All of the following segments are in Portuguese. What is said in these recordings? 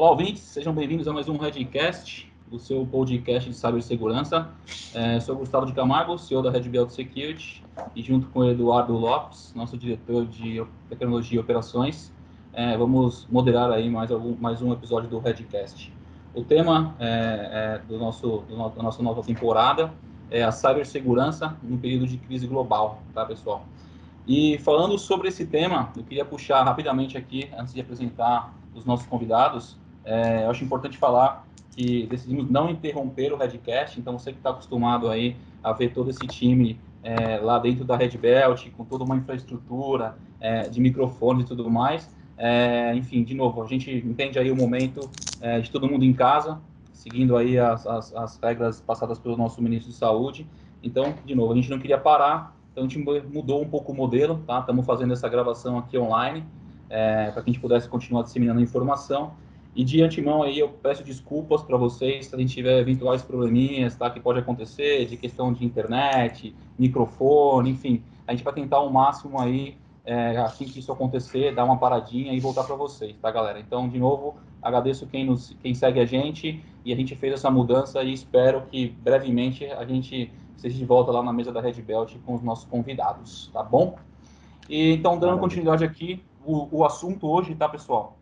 Olá, ouvintes, sejam bem-vindos a mais um Redcast, o seu podcast de cibersegurança. Sou Gustavo de Camargo, CEO da Red Belt Security, e junto com o Eduardo Lopes, nosso diretor de tecnologia e operações, vamos moderar aí mais um episódio do Redcast. O tema da nossa nova temporada é a cibersegurança no período de crise global, tá, pessoal? E falando sobre esse tema, eu queria puxar rapidamente aqui, antes de apresentar os nossos convidados, eu acho importante falar que decidimos não interromper o Redcast, então você que está acostumado aí a ver todo esse time lá dentro da Red Belt, com toda uma infraestrutura de microfones e tudo mais, enfim, de novo, a gente entende aí o momento de todo mundo em casa, seguindo aí as regras passadas pelo nosso ministro de Saúde. Então, de novo, a gente não queria parar, então a gente mudou um pouco o modelo, tá? Estamos fazendo essa gravação aqui online, para que a gente pudesse continuar disseminando a informação. E de antemão aí eu peço desculpas para vocês se a gente tiver eventuais probleminhas, tá? Que pode acontecer, de questão de internet, microfone, enfim. A gente vai tentar ao máximo aí, assim que isso acontecer, dar uma paradinha e voltar para vocês, tá, galera? Então, de novo, agradeço quem segue a gente, e a gente fez essa mudança e espero que brevemente a gente esteja de volta lá na mesa da Red Belt com os nossos convidados, tá bom? E então, dando continuidade aqui, o assunto hoje, tá, pessoal?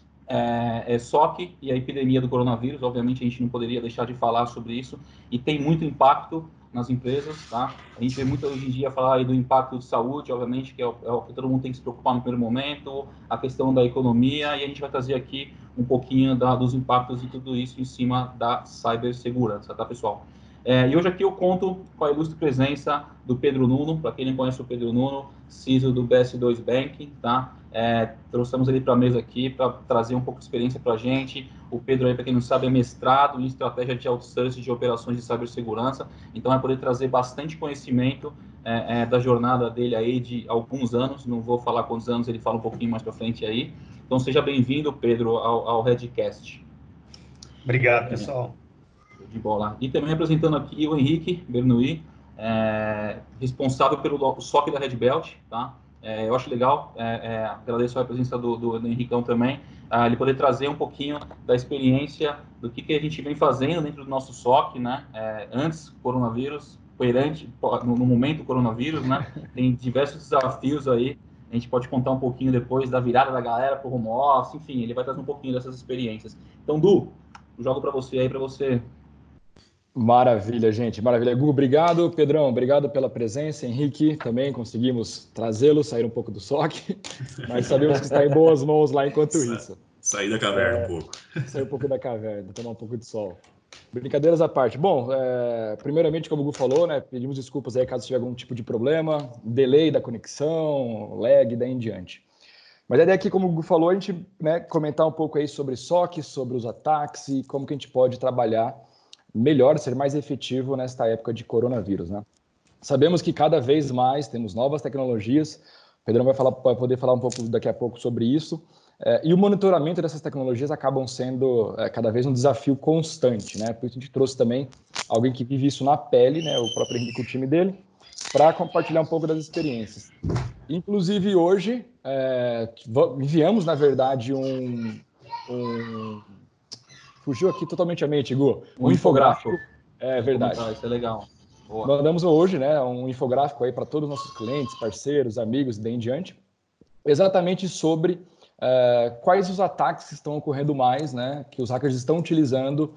SOC e a epidemia do coronavírus. Obviamente, a gente não poderia deixar de falar sobre isso, e tem muito impacto nas empresas, tá? A gente vê muito hoje em dia falar aí do impacto de saúde, obviamente, que é o que todo mundo tem que se preocupar no primeiro momento, a questão da economia, e a gente vai trazer aqui um pouquinho dos impactos de tudo isso em cima da cibersegurança, tá, pessoal? E hoje aqui eu conto com a ilustre presença do Pedro Nuno. Para quem não conhece o Pedro Nuno, CISO do BS2 Banking, tá? Trouxemos ele para a mesa aqui para trazer um pouco de experiência para a gente. O Pedro, aí, para quem não sabe, é mestrado em estratégia de outsourcing de operações de cibersegurança, então vai poder trazer bastante conhecimento da jornada dele aí de alguns anos. Não vou falar quantos anos, ele fala um pouquinho mais para frente aí. Então seja bem-vindo, Pedro, ao Redcast. Obrigado, pessoal. De bola. E também representando aqui o Henrique Bernoulli, responsável pelo SOC da Red Belt, tá? Eu acho legal, agradeço a presença do Henricão também, ele poder trazer um pouquinho da experiência do que a gente vem fazendo dentro do nosso SOC, né? Antes do coronavírus, no momento do coronavírus, né? Tem diversos desafios aí, a gente pode contar um pouquinho depois da virada da galera para o home office, enfim, ele vai trazer um pouquinho dessas experiências. Então, Du, jogo para você aí, para você. Maravilha, gente, maravilha. Gu, obrigado. Pedrão, obrigado pela presença. Henrique, também conseguimos trazê-lo, sair um pouco do SOC, mas sabemos que está em boas mãos lá enquanto isso. Sair da caverna um pouco. Sair um pouco da caverna, tomar um pouco de sol. Brincadeiras à parte. Bom, primeiramente, como o Gu falou, né, pedimos desculpas aí caso tiver algum tipo de problema, delay da conexão, lag, daí em diante. Mas a ideia aqui, como o Gu falou, a gente, né, comentar um pouco aí sobre SOC, sobre os ataques e como que a gente pode trabalhar melhor, ser mais efetivo nesta época de coronavírus, né? Sabemos que cada vez mais temos novas tecnologias, o Pedrão vai poder falar um pouco daqui a pouco sobre isso, e o monitoramento dessas tecnologias acabam sendo cada vez um desafio constante, né? Por isso a gente trouxe também alguém que vive isso na pele, né? O próprio Henrique com o time dele, para compartilhar um pouco das experiências. Inclusive hoje, enviamos, na verdade, fugiu aqui totalmente a mente, Gu. Um infográfico. É verdade. Isso é legal. Boa. Mandamos hoje, né, um infográfico aí para todos os nossos clientes, parceiros, amigos e daí em diante, exatamente sobre quais os ataques que estão ocorrendo mais, né, que os hackers estão utilizando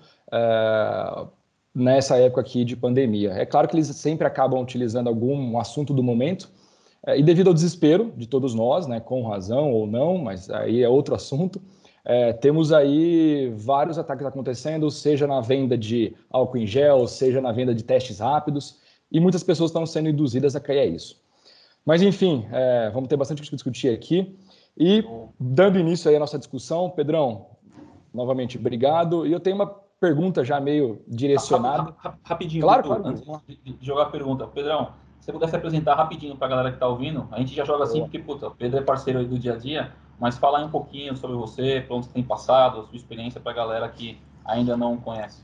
nessa época aqui de pandemia. É claro que eles sempre acabam utilizando algum assunto do momento, e devido ao desespero de todos nós, né, com razão ou não, mas aí é outro assunto, temos aí vários ataques acontecendo, seja na venda de álcool em gel, seja na venda de testes rápidos, e muitas pessoas estão sendo induzidas a cair a isso. Mas, enfim, vamos ter bastante o que discutir aqui. E, dando início aí à nossa discussão, Pedrão, novamente, obrigado. E eu tenho uma pergunta já meio direcionada. Rapidinho, claro, Dudu, claro. Antes de jogar a pergunta. Pedrão, se você pudesse apresentar rapidinho para a galera que está ouvindo, a gente já joga assim, porque, puta, o Pedro é parceiro aí do dia a dia, mas fala aí um pouquinho sobre você, para onde você tem passado, a sua experiência para a galera que ainda não conhece.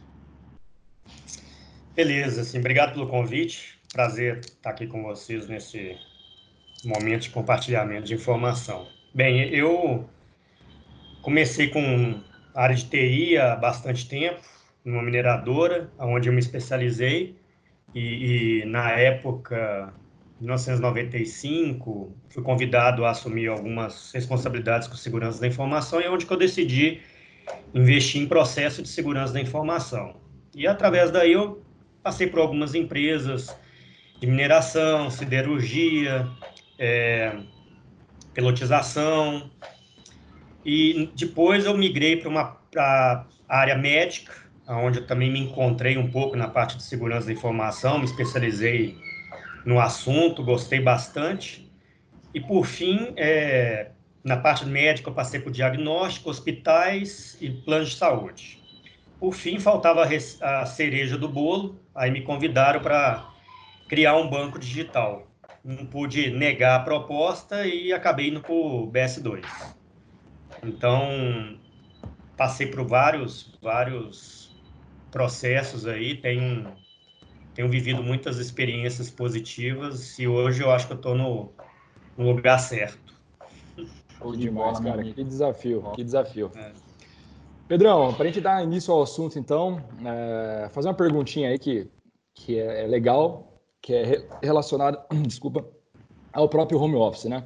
Beleza, assim, obrigado pelo convite. Prazer estar aqui com vocês nesse momento de compartilhamento de informação. Bem, eu comecei com área de TI há bastante tempo, numa mineradora, onde eu me especializei, e na época, em 1995, fui convidado a assumir algumas responsabilidades com segurança da informação, e é onde que eu decidi investir em processo de segurança da informação. E através daí eu passei por algumas empresas de mineração, siderurgia, pelotização, e depois eu migrei para a área médica, onde eu também me encontrei um pouco na parte de segurança da informação, me especializei no assunto, gostei bastante. E, por fim, na parte médica, eu passei por diagnóstico, hospitais e planos de saúde. Por fim, faltava a cereja do bolo, aí me convidaram para criar um banco digital. Não pude negar a proposta e acabei indo para o BS2. Então, passei por vários processos aí, tenho vivido muitas experiências positivas e hoje eu acho que eu estou no lugar certo. Show Que de demais, bola, meu cara. amigo. Que desafio, Ó. que desafio. Pedrão, para a gente dar início ao assunto, então, fazer uma perguntinha aí que é legal, que é relacionada, desculpa, ao próprio home office, né?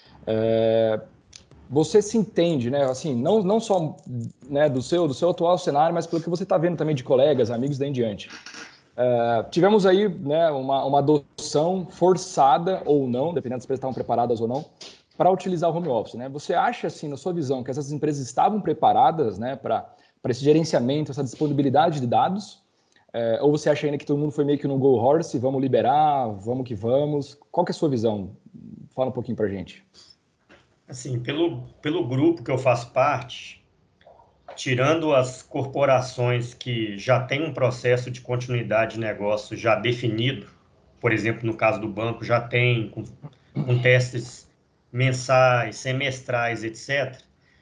Você se entende, né? Assim, não só, né, do seu atual cenário, mas pelo que você está vendo também de colegas, amigos daí em diante. Tivemos aí, né, uma adoção forçada ou não, dependendo se as empresas estavam preparadas ou não, para utilizar o home office, né? Você acha, assim, na sua visão, que essas empresas estavam preparadas, né, para esse gerenciamento, essa disponibilidade de dados? Ou você acha ainda que todo mundo foi meio que no go horse, vamos liberar, vamos que vamos? Qual que é a sua visão? Fala um pouquinho para a gente. Assim, pelo grupo que eu faço parte, tirando as corporações que já têm um processo de continuidade de negócio já definido, por exemplo, no caso do banco, já tem com testes mensais, semestrais, etc.,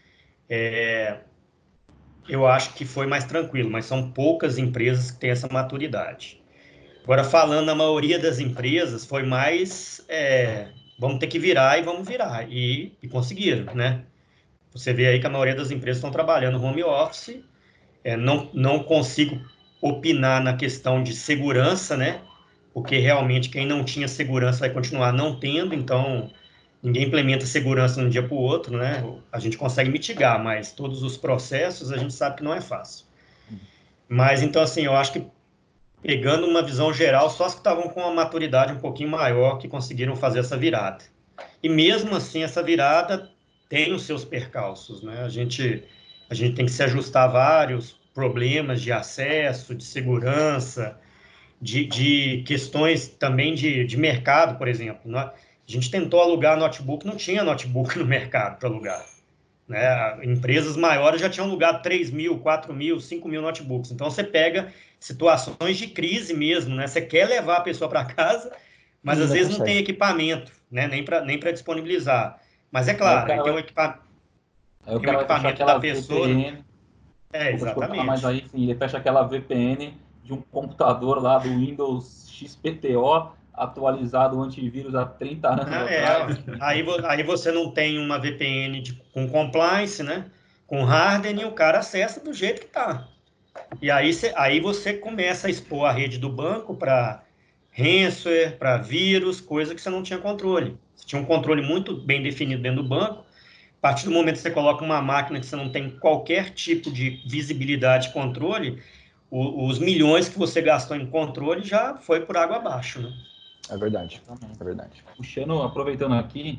eu acho que foi mais tranquilo, mas são poucas empresas que têm essa maturidade. Agora, falando na maioria das empresas, foi mais vamos ter que virar e vamos virar, e conseguiram, né? Você vê aí que a maioria das empresas estão trabalhando home office. Não consigo opinar na questão de segurança, né? Porque realmente quem não tinha segurança vai continuar não tendo, então ninguém implementa segurança de um dia para o outro, né? A gente consegue mitigar, mas todos os processos a gente sabe que não é fácil. Mas então, assim, eu acho que pegando uma visão geral, só as que estavam com uma maturidade um pouquinho maior que conseguiram fazer essa virada. E mesmo assim, essa virada tem os seus percalços, né? A gente tem que se ajustar a vários problemas de acesso, de segurança, de questões também de mercado, por exemplo. A gente tentou alugar notebook, não tinha notebook no mercado para alugar. Né? Empresas maiores já tinham alugado 3 mil, 4 mil, 5 mil notebooks. Então, você pega situações de crise mesmo, né? Você quer levar a pessoa para casa, mas às vezes não tem equipamento, né? Nem para disponibilizar. Mas é Aí o claro, aí cara vai, aí o tem o cara vai fechar equipamento da aquela pessoa. VPN. Desculpa te cortar, mas Exatamente. aí sim, ele fecha aquela VPN de um computador lá do Windows XPTO, atualizado o antivírus há 30 anos atrás. Aí você não tem uma VPN com compliance, né? Com hardening, e o cara acessa do jeito que tá. E aí você começa a expor a rede do banco para ransomware, para vírus, coisa que você não tinha controle. Você tinha um controle muito bem definido dentro do banco. A partir do momento que você coloca uma máquina que você não tem qualquer tipo de visibilidade e controle, os milhões que você gastou em controle já foi por água abaixo, né? É verdade, Exatamente. é verdade. Puxando, aproveitando aqui,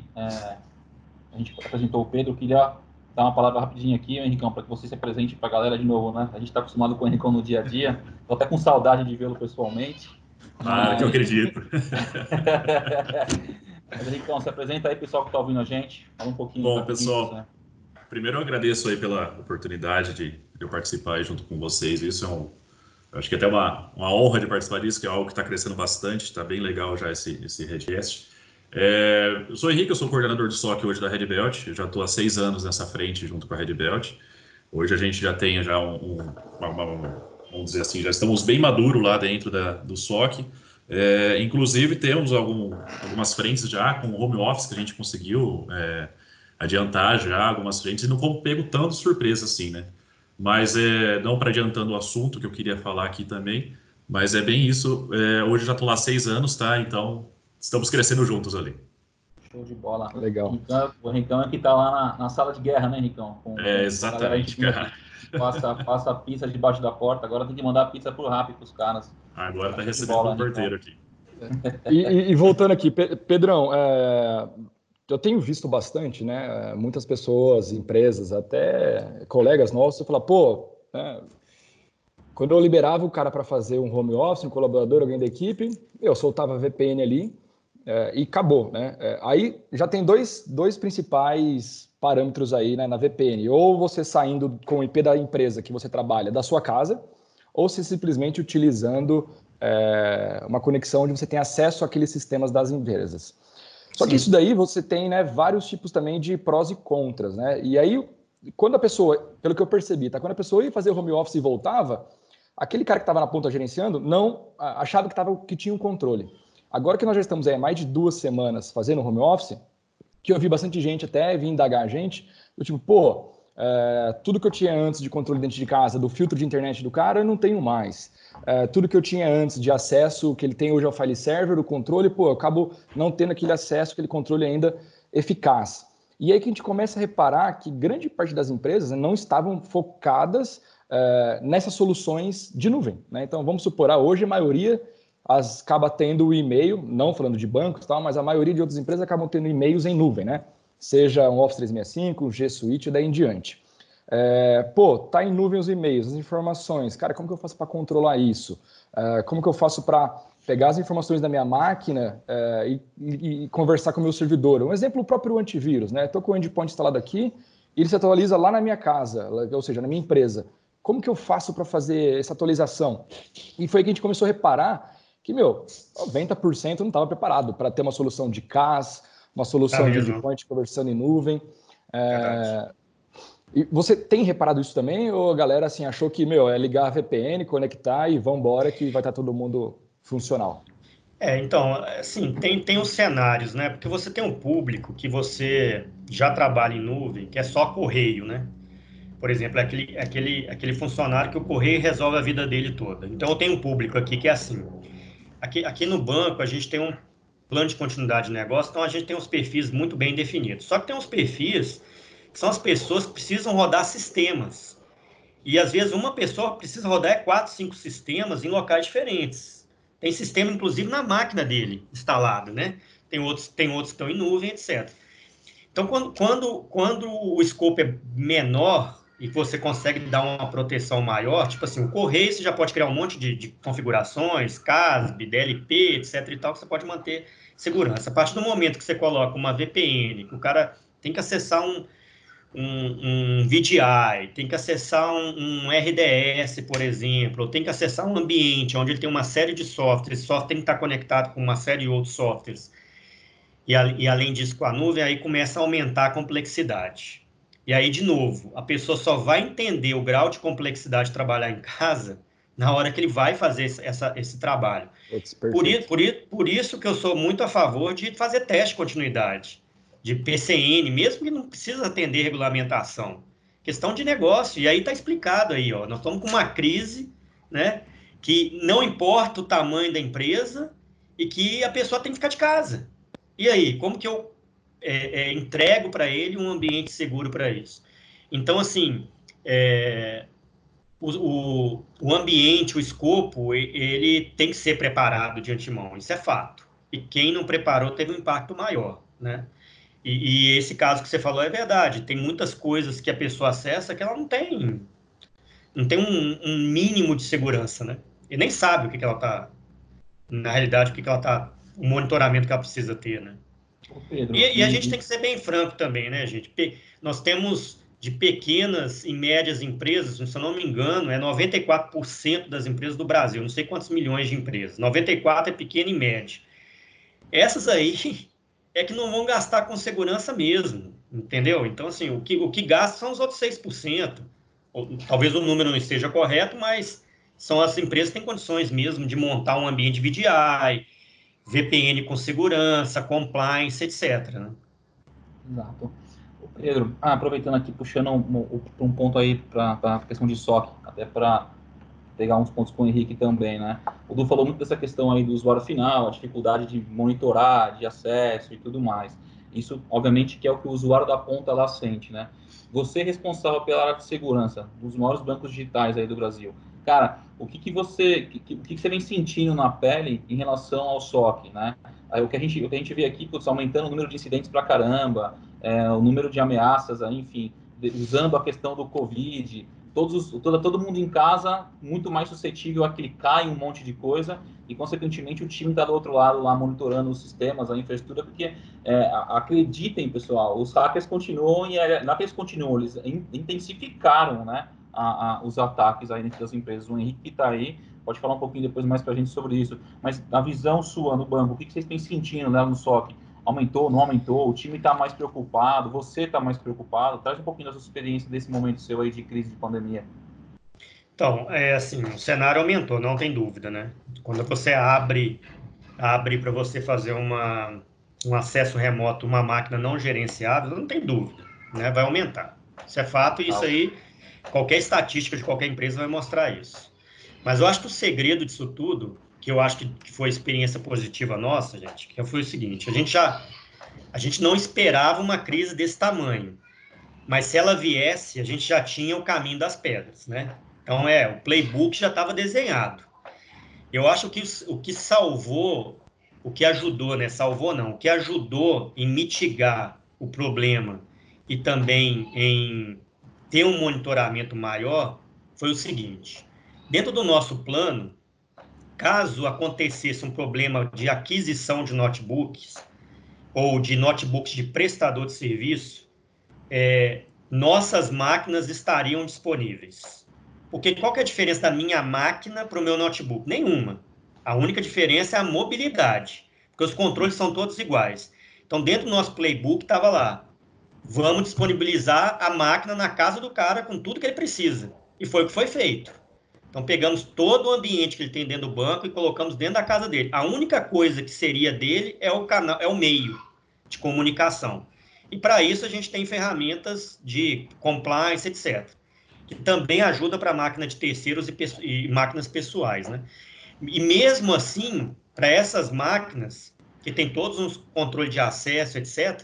a gente apresentou o Pedro, eu queria dar uma palavra rapidinho aqui, Henricão, para que você se apresente para a galera de novo, né? A gente está acostumado com o Henricão no dia a dia, estou até com saudade de vê-lo pessoalmente. Claro que eu Mas, acredito. mas Henricão, se apresenta aí, pessoal que está ouvindo a gente, fala um pouquinho Bom, rapidinho de você. pessoal, primeiro eu agradeço aí pela oportunidade de eu participar aí junto com vocês. Isso eu acho que é até uma honra de participar disso, que é algo que está crescendo bastante, está bem legal já esse Redcast. Eu sou o Henrique, eu sou coordenador de SOC hoje da Red Belt, eu já estou há 6 anos nessa frente junto com a Red Belt. Hoje a gente já tem já vamos dizer assim, já estamos bem maduros lá dentro do SOC. Inclusive temos algumas frentes já com home office que a gente conseguiu adiantar já algumas frentes e não fomos pego tanto surpresa assim, né? Mas não para adiantando o assunto que eu queria falar aqui também, mas é bem isso. Hoje eu já estou lá há 6 anos, tá? Então estamos crescendo juntos ali. Show de bola. Legal. O Ricão é que tá lá na sala de guerra, né, Ricão? Com a galera Exatamente, fina cara. que passa a pizza debaixo da porta. Agora tem que mandar a pizza pro Rappi pros caras. Agora tá Show de recebendo bola, um porteiro Ricão. aqui. E voltando aqui, Pedrão, eu tenho visto bastante, né? Muitas pessoas, empresas, até colegas nossos, falam, pô, né, quando eu liberava o cara para fazer um home office, um colaborador, alguém da equipe, eu soltava a VPN ali e acabou, né? Aí já tem dois principais parâmetros aí, né, na VPN. Ou você saindo com o IP da empresa que você trabalha da sua casa, ou você simplesmente utilizando uma conexão onde você tem acesso àqueles sistemas das empresas. Só que Sim. isso daí você tem, né, vários tipos também de prós e contras, né? E aí, quando a pessoa, pelo que eu percebi, tá? Quando a pessoa ia fazer o home office e voltava, aquele cara que estava na ponta gerenciando não achava que tinha um controle. Agora que nós já estamos aí há mais de 2 semanas fazendo home office, que eu vi bastante gente até vir indagar a gente, eu tipo, pô, tudo que eu tinha antes de controle dentro de casa, do filtro de internet do cara, eu não tenho mais. Tudo que eu tinha antes de acesso, que ele tem hoje ao file server, o controle, pô, eu acabo não tendo aquele acesso, aquele controle ainda eficaz. E aí que a gente começa a reparar que grande parte das empresas, né, não estavam focadas nessas soluções de nuvem, né? Então, vamos supor, hoje a maioria acaba tendo o e-mail, não falando de bancos e tal, mas a maioria de outras empresas acabam tendo e-mails em nuvem, né? Seja um Office 365, um G Suite e daí em diante. Tá em nuvem os e-mails, as informações. Cara, como que eu faço para controlar isso? Como que eu faço para pegar as informações da minha máquina e conversar com o meu servidor? Um exemplo, o próprio antivírus, né? Estou com o endpoint instalado aqui e ele se atualiza lá na minha casa, ou seja, na minha empresa. Como que eu faço para fazer essa atualização? E foi que a gente começou a reparar que, 90% não estava preparado para ter uma solução de CAS, uma solução de endpoint conversando em nuvem. E você tem reparado isso também? Ou a galera assim, achou que, é ligar a VPN, conectar e vamos embora que vai estar todo mundo funcional? Então, assim, tem os cenários, né? Porque você tem um público que você já trabalha em nuvem, que é só correio, né? Por exemplo, aquele funcionário que o correio resolve a vida dele toda. Então, eu tenho um público aqui que é assim. Aqui no banco, a gente tem um plano de continuidade de negócio, então a gente tem uns perfis muito bem definidos. Só que tem uns perfis que são as pessoas que precisam rodar sistemas. E, às vezes, uma pessoa precisa rodar 4, 5 sistemas em locais diferentes. Tem sistema, inclusive, na máquina dele instalado, né? Tem outros que estão em nuvem, etc. Então, quando o escopo é menor e você consegue dar uma proteção maior, tipo assim, o correio você já pode criar um monte de configurações, CASB, DLP, etc e tal, que você pode manter segurança. A partir do momento que você coloca uma VPN, que o cara tem que acessar um VDI, tem que acessar um RDS, por exemplo, ou tem que acessar um ambiente onde ele tem uma série de softwares, esse software tem que estar conectado com uma série de outros softwares, e além disso com a nuvem, aí começa a aumentar a complexidade. E aí, de novo, a pessoa só vai entender o grau de complexidade de trabalhar em casa na hora que ele vai fazer esse trabalho. Por isso que eu sou muito a favor de fazer teste de continuidade, de PCN, mesmo que não precisa atender regulamentação. Questão de negócio, e aí está explicado aí, ó, nós estamos com uma crise, né, que não importa o tamanho da empresa e que a pessoa tem que ficar de casa. E aí, como que eu entrego para ele um ambiente seguro para isso? Então, assim, o ambiente, o escopo, ele tem que ser preparado de antemão, isso é fato. E quem não preparou teve um impacto maior, né? E esse caso que você falou é verdade. Tem muitas coisas que a pessoa acessa que ela não tem um mínimo de segurança, né? E nem sabe o que ela está, na realidade, o monitoramento que ela precisa ter, né? Ô, Pedro, E a gente tem que ser bem franco também, né, gente? Nós temos de pequenas e médias empresas, se eu não me engano, 94% das empresas do Brasil, não sei quantos milhões de empresas, 94% é pequena e média. Essas aí é que não vão gastar com segurança mesmo, entendeu? Então, assim, o que gasta são os outros 6%. Talvez o número não esteja correto, mas são as empresas que têm condições mesmo de montar um ambiente VDI, VPN com segurança, compliance, etc. Né? Exato. Pedro, aproveitando aqui, puxando um ponto aí para a questão de SOC, até para pegar uns pontos com o Henrique também, né? O Du falou muito dessa questão aí do usuário final, a dificuldade de monitorar, de acesso e tudo mais. Isso, obviamente, que é o que o usuário da ponta lá sente, né? Você é responsável pela área de segurança dos maiores bancos digitais aí do Brasil. Cara, o que você vem sentindo na pele em relação ao SOC, né? Aí, o que a gente vê aqui, putz, aumentando o número de incidentes pra caramba, o número de ameaças, aí, enfim, usando a questão do Covid, todo mundo em casa muito mais suscetível a clicar em um monte de coisa e, consequentemente, o time está do outro lado lá monitorando os sistemas, a infraestrutura, porque acreditem, pessoal, os hackers continuam e não é que eles continuam, eles intensificaram, né, os ataques aí dentro das empresas. O Henrique que está aí pode falar um pouquinho depois mais para a gente sobre isso, mas a visão sua no banco, o que vocês têm sentindo, né, no SOC? Aumentou, não aumentou? O time está mais preocupado? Você está mais preocupado? Traz um pouquinho da sua experiência desse momento seu aí de crise de pandemia. Então, assim, o cenário aumentou, não tem dúvida, né? Quando você abre para você fazer um acesso remoto, uma máquina não gerenciável, não tem dúvida, né? Vai aumentar. Isso é fato e isso aí, qualquer estatística de qualquer empresa vai mostrar isso. Mas eu acho que o segredo disso tudo, que eu acho que foi experiência positiva nossa, gente, que foi o seguinte, a gente não esperava uma crise desse tamanho, mas se ela viesse, a gente já tinha o caminho das pedras, né? Então, o playbook já estava desenhado. Eu acho que o que salvou, o que ajudou, né? Salvou não, o que ajudou em mitigar o problema e também em ter um monitoramento maior foi o seguinte: dentro do nosso plano, caso acontecesse um problema de aquisição de notebooks ou de notebooks de prestador de serviço, nossas máquinas estariam disponíveis. Porque qual que é a diferença da minha máquina para o meu notebook? Nenhuma. A única diferença é a mobilidade, porque os controles são todos iguais. Então, dentro do nosso playbook estava lá, vamos disponibilizar a máquina na casa do cara com tudo que ele precisa. E foi o que foi feito. Então, pegamos todo o ambiente que ele tem dentro do banco e colocamos dentro da casa dele. A única coisa que seria dele é o canal, é o meio de comunicação. E para isso a gente tem ferramentas de compliance, etc., que também ajuda para máquina de terceiros e máquinas pessoais, né? E mesmo assim, para essas máquinas, que tem todos os controles de acesso, etc.,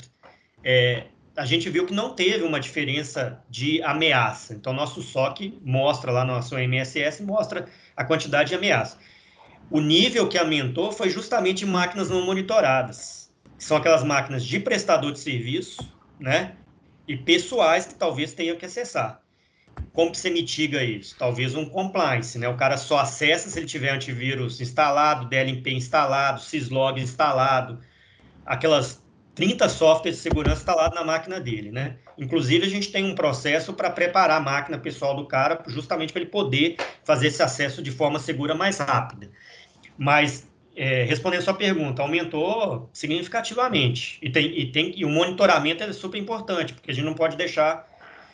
a gente viu que não teve uma diferença de ameaça. Então, nosso SOC mostra lá, nosso MSS mostra a quantidade de ameaça. O nível que aumentou foi justamente máquinas não monitoradas, que são aquelas máquinas de prestador de serviço, né? E pessoais que talvez tenham que acessar. Como que você mitiga isso? Talvez um compliance, né? O cara só acessa se ele tiver antivírus instalado, DLP instalado, syslog instalado, aquelas 30 softwares de segurança instalados na máquina dele, né? Inclusive, a gente tem um processo para preparar a máquina pessoal do cara, justamente para ele poder fazer esse acesso de forma segura mais rápida. Mas, respondendo a sua pergunta, aumentou significativamente. E o monitoramento é super importante, porque a gente não pode deixar...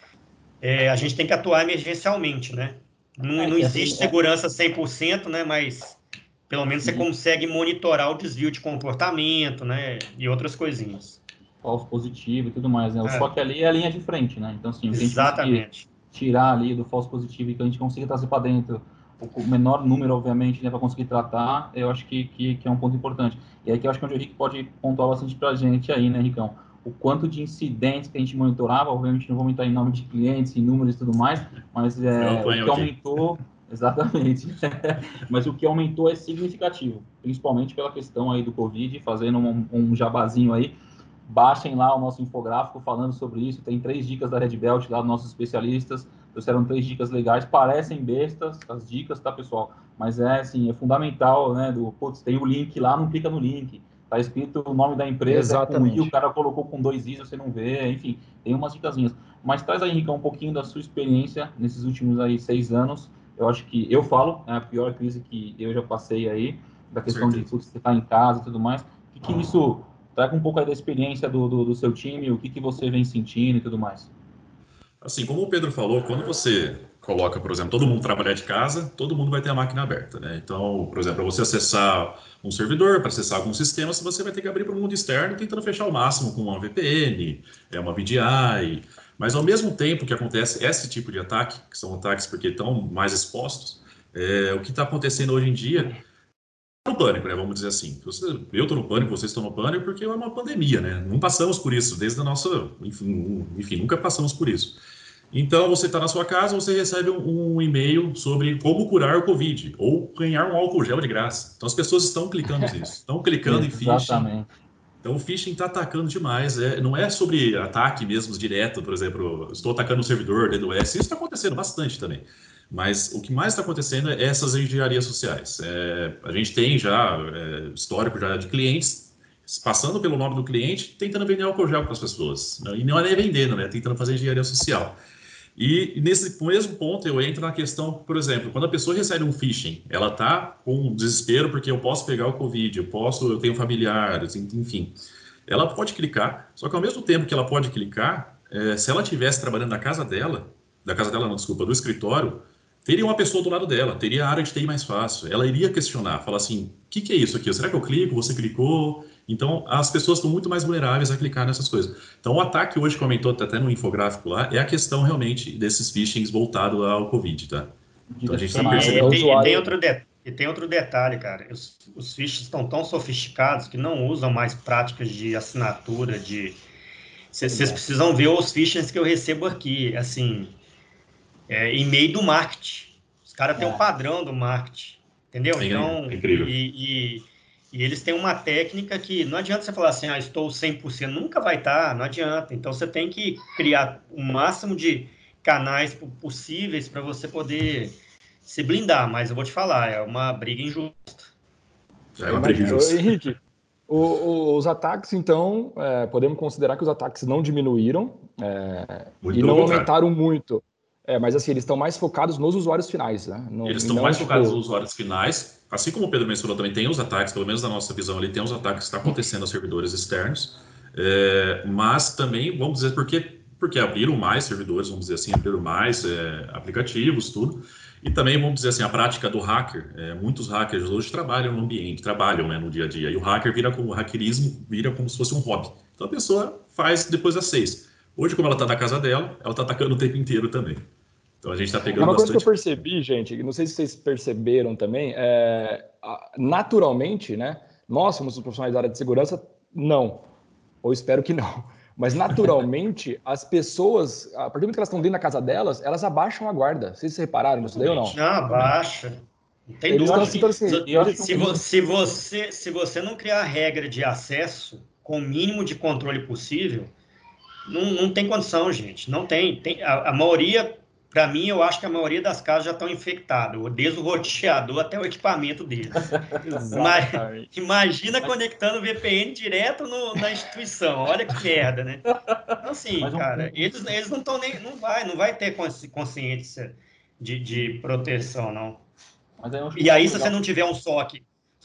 a gente tem que atuar emergencialmente, né? Não existe segurança 100%, né? Mas pelo menos você consegue monitorar o desvio de comportamento, né? E outras coisinhas. Falso positivo e tudo mais, né? O SOC ali é a linha de frente, né? Então, assim, o que a gente conseguir tirar ali do falso positivo e que a gente consiga trazer para dentro o menor número, obviamente, né, para conseguir tratar, eu acho que é um ponto importante. E aí que eu acho que o Henrique pode pontuar bastante para a gente aí, né, Ricão? O quanto de incidentes que a gente monitorava, obviamente não vou aumentar em nome de clientes, em números e tudo mais, mas o que aumentou... Exatamente. Mas o que aumentou é significativo, principalmente pela questão aí do Covid, fazendo um jabazinho aí. Baixem lá o nosso infográfico falando sobre isso. Tem 3 dicas da Red Belt lá dos nossos especialistas. Trouxeram 3 dicas legais. Parecem bestas as dicas, tá, pessoal? Mas assim, é fundamental, né? Putz, tem o link lá, não clica no link. Tá escrito o nome da empresa, com I, o cara colocou com 2 Is, você não vê. Enfim, tem umas dicasinhas. Mas traz aí, Henrique, um pouquinho da sua experiência nesses últimos aí 6 anos. Eu acho que, eu falo, é a pior crise que eu já passei aí, da questão de putz, você estar em casa e tudo mais. O que isso... Traga um pouco aí da experiência do seu time, o que você vem sentindo e tudo mais. Assim, como o Pedro falou, quando você coloca, por exemplo, todo mundo trabalhar de casa, todo mundo vai ter a máquina aberta, né? Então, por exemplo, para você acessar um servidor, para acessar algum sistema, você vai ter que abrir para o mundo externo, tentando fechar o máximo com uma VPN, uma VDI. Mas, ao mesmo tempo que acontece esse tipo de ataque, que são ataques porque estão mais expostos, o que está acontecendo hoje em dia no pânico, né? Vamos dizer assim. Eu estou no pânico, vocês estão no pânico, porque é uma pandemia, né? Não passamos por isso desde a nossa... Enfim, nunca passamos por isso. Então, você está na sua casa, você recebe um e-mail sobre como curar o Covid, ou ganhar um álcool gel de graça. Então, as pessoas estão clicando nisso, estão clicando em phishing. Exatamente. Então, o phishing está atacando demais. Não é sobre ataque mesmo direto, por exemplo, estou atacando um servidor, DDoS. Isso está acontecendo bastante também. Mas o que mais está acontecendo é essas engenharias sociais. A gente tem já histórico já de clientes passando pelo nome do cliente, tentando vender álcool gel para as pessoas. E não é nem vendendo, né? Tentando fazer engenharia social. E nesse mesmo ponto eu entro na questão, por exemplo, quando a pessoa recebe um phishing, ela está com desespero porque eu posso pegar o Covid, eu tenho familiares, enfim. Ela pode clicar, só que ao mesmo tempo que ela pode clicar, se ela estivesse trabalhando na casa dela, não, desculpa, do escritório, teria uma pessoa do lado dela, teria a área de TI mais fácil. Ela iria questionar, falar assim, o que é isso aqui? Será que eu clico? Você clicou? Então, as pessoas estão muito mais vulneráveis a clicar nessas coisas. Então, o ataque hoje, que aumentou até no infográfico lá, é a questão realmente desses phishings voltado ao Covid, tá? Então, a gente está percebendo... E tem outro detalhe, cara. Os phishings estão tão sofisticados que não usam mais práticas de assinatura, Vocês precisam ver os phishings que eu recebo aqui, assim, e-mail do marketing. Os caras têm um padrão do marketing, entendeu? Então, é incrível. E eles têm uma técnica que não adianta você falar assim, estou 100%, nunca vai estar, não adianta. Então, você tem que criar o máximo de canais possíveis para você poder se blindar. Mas eu vou te falar, é uma briga injusta. É uma briga injusta. Henrique, os ataques, então, podemos considerar que os ataques não diminuíram e não aumentaram muito. Mas assim, eles estão mais focados nos usuários finais, né? Eles estão mais focados nos usuários finais. Assim como o Pedro mencionou, também tem os ataques, pelo menos na nossa visão ali, tem os ataques que estão acontecendo aos servidores externos. Mas também, vamos dizer, porque abriram mais servidores, vamos dizer assim, abriram mais aplicativos, tudo. E também, vamos dizer assim, a prática do hacker. Muitos hackers hoje trabalham no ambiente, trabalham, né, no dia a dia. E o hackerismo vira como se fosse um hobby. Então a pessoa faz depois das 6. Hoje, como ela está na casa dela, ela está atacando o tempo inteiro também. Então a gente está pegando bastante... Uma coisa que eu percebi, gente, não sei se vocês perceberam também, naturalmente, né? Nós somos os profissionais da área de segurança, não. Ou espero que não. Mas naturalmente, as pessoas, a partir do momento que elas estão dentro da casa delas, elas abaixam a guarda. Vocês repararam nisso daí ou não? Não, abaixa. Não tem Eles dúvida. Se você não criar regra de acesso com o mínimo de controle possível, não tem condição, gente. Não tem. A maioria, para mim, eu acho que a maioria das casas já estão infectadas, desde o roteador até o equipamento deles. Imagina conectando VPN direto na instituição. Olha que merda, né? Então, assim, cara, eles não estão nem... Não vai ter consciência de proteção, não. E aí, se você não tiver um SOC,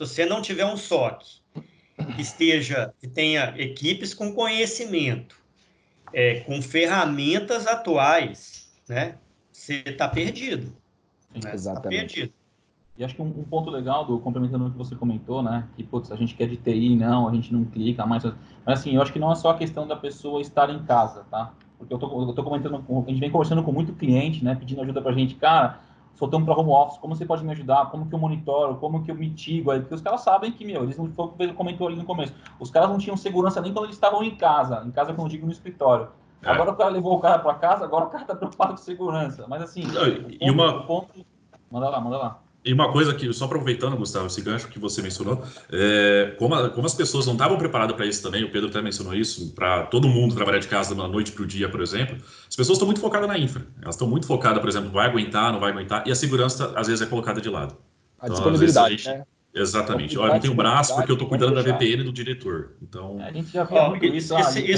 que tenha equipes com conhecimento, com ferramentas atuais, né? Você está perdido. Né? Exatamente. Tá perdido. E acho que um ponto legal, complementando o que você comentou, né? Que, putz, a gente quer de TI, não, a gente não clica mais. Mas, assim, eu acho que não é só a questão da pessoa estar em casa, tá? Porque eu tô comentando, a gente vem conversando com muito cliente, né? Pedindo ajuda pra gente. Cara, soltamos para home office, como você pode me ajudar? Como que eu monitoro? Como que eu mitigo? Porque os caras sabem que, eles não, foi o que ele comentou ali no começo, os caras não tinham segurança nem quando eles estavam em casa, quando eu digo no escritório. Agora o cara levou o cara para casa, agora o cara tá preocupado com segurança. Mas assim, Manda lá. E uma coisa que, só aproveitando, Gustavo, esse gancho que você mencionou, como as pessoas não estavam preparadas para isso também, o Pedro até mencionou isso, para todo mundo trabalhar de casa da noite para o dia, por exemplo, as pessoas estão muito focadas na infra. Elas estão muito focadas, por exemplo, vai aguentar, não vai aguentar, e a segurança, às vezes, é colocada de lado. A disponibilidade, né? Exatamente. Olha, eu não tenho braço porque eu estou cuidando da VPN do diretor. Então... A gente já viu muito isso.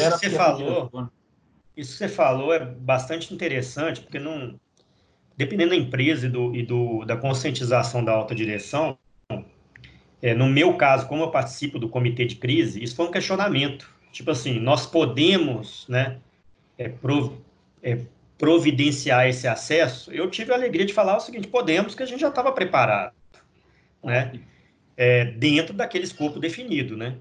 Isso que você falou é bastante interessante, porque dependendo da empresa da conscientização da alta direção, no meu caso, como eu participo do comitê de crise, isso foi um questionamento. Tipo assim, nós podemos, né, providenciar esse acesso, eu tive a alegria de falar o seguinte, podemos, que a gente já estava preparado, né? Dentro daquele escopo definido, né?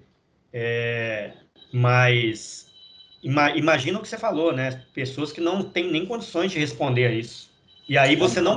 Mas imagina o que você falou, né? Pessoas que não têm nem condições de responder a isso. E aí você não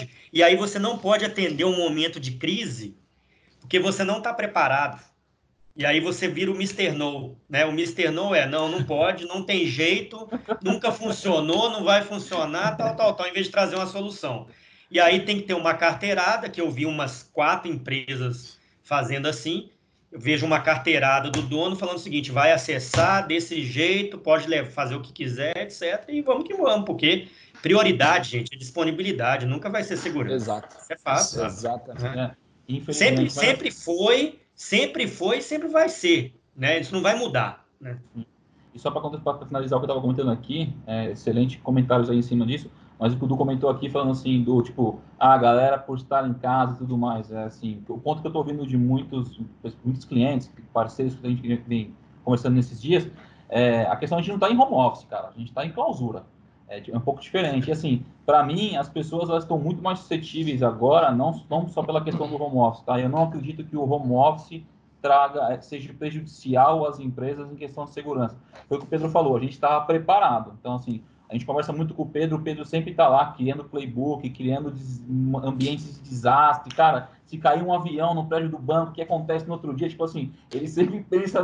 pode atender um momento de crise porque você não está preparado. E aí você vira o Mr. No, né? O Mr. No não pode, não tem jeito, nunca funcionou, não vai funcionar, tal, em vez de trazer uma solução. E aí tem que ter uma carteirada, que eu vi umas 4 empresas fazendo assim. Eu vejo uma carteirada do dono falando o seguinte, vai acessar desse jeito, pode fazer o que quiser, etc. E vamos que vamos, porque prioridade, gente, é disponibilidade, nunca vai ser segurança. Exato. Isso é fácil. Exatamente. Né? Infelizmente. Sempre foi e sempre vai ser. Né? Isso não vai mudar. Né? E só para finalizar o que eu estava comentando aqui, excelente comentários aí em cima disso, mas o Dudu comentou aqui falando assim, do tipo, a galera por estar em casa e tudo mais, assim, o ponto que eu estou ouvindo de muitos clientes, parceiros que a gente vem conversando nesses dias, a questão é que a gente não está em home office, cara, a gente está em clausura. É um pouco diferente. E assim, para mim, as pessoas elas estão muito mais suscetíveis agora, não só pela questão do home office, tá? Eu não acredito que o home office seja prejudicial às empresas em questão de segurança. Foi o que o Pedro falou, a gente estava preparado. Então, assim, a gente conversa muito com o Pedro sempre está lá criando playbook, criando ambientes de desastre. Cara, se cair um avião no prédio do banco, o que acontece no outro dia? Tipo assim, ele sempre pensa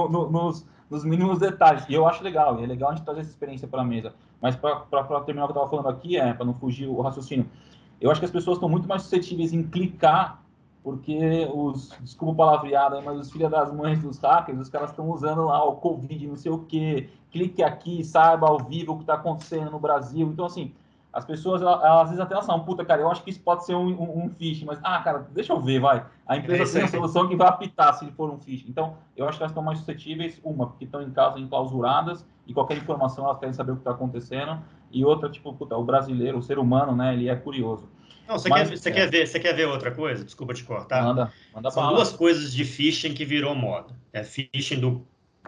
nos mínimos detalhes. E eu acho legal, e é legal a gente trazer essa experiência para a mesa. Mas para terminar o que eu estava falando aqui, para não fugir o raciocínio, eu acho que as pessoas estão muito mais suscetíveis em clicar, porque desculpa o palavreado, mas os filhos das mães dos hackers, os caras estão usando lá o Covid, não sei o quê, clique aqui, saiba ao vivo o que está acontecendo no Brasil. Então, assim, as pessoas, elas, às vezes até elas falam, puta, cara, eu acho que isso pode ser um phishing, mas, cara, deixa eu ver, vai. A empresa tem a solução que vai apitar se for um phishing. Então, eu acho que elas estão mais suscetíveis, porque estão em casa enclausuradas, e qualquer informação elas querem saber o que está acontecendo, e outra, tipo, puta, o brasileiro, o ser humano, né, ele é curioso. Não, você quer ver outra coisa? Desculpa te cortar. Manda São duas coisas de phishing que virou moda. É phishing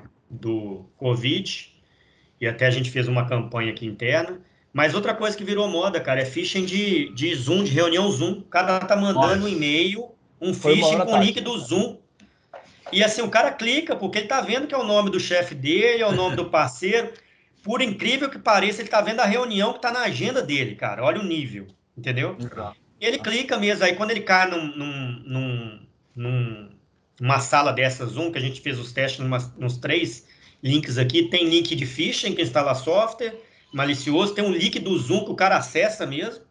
do Covid, e até a gente fez uma campanha aqui interna. Mas outra coisa que virou moda, cara, é phishing de Zoom, de reunião Zoom. O cara tá mandando um e-mail, um phishing com o link do Zoom. E assim, o cara clica, porque ele tá vendo que é o nome do chefe dele, é o nome do parceiro. Por incrível que pareça, ele tá vendo a reunião que tá na agenda dele, cara. Olha o nível, entendeu? Exato. Ele clica mesmo, aí quando ele cai numa sala dessa Zoom, que a gente fez os testes nos 3 links aqui, tem link de phishing, que instala software, malicioso, tem um link do Zoom que o cara acessa mesmo,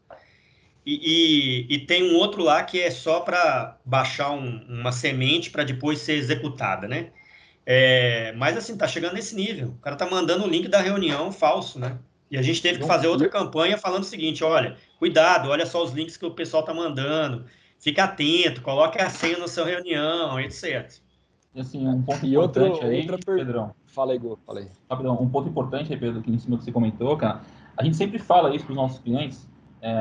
e tem um outro lá que é só para baixar uma semente para depois ser executada, né? Mas assim, tá chegando nesse nível, o cara tá mandando o link da reunião falso, né? E a gente teve que fazer outra campanha falando o seguinte, olha, cuidado, olha só os links que o pessoal tá mandando, fica atento, coloque a senha na sua reunião, etc. E assim, um ponto importante aí, Pedrão. Fala aí, Gu, fala aí. Rapidão, um ponto importante aí, Pedro, aqui em cima que você comentou, cara, a gente sempre fala isso para os nossos clientes,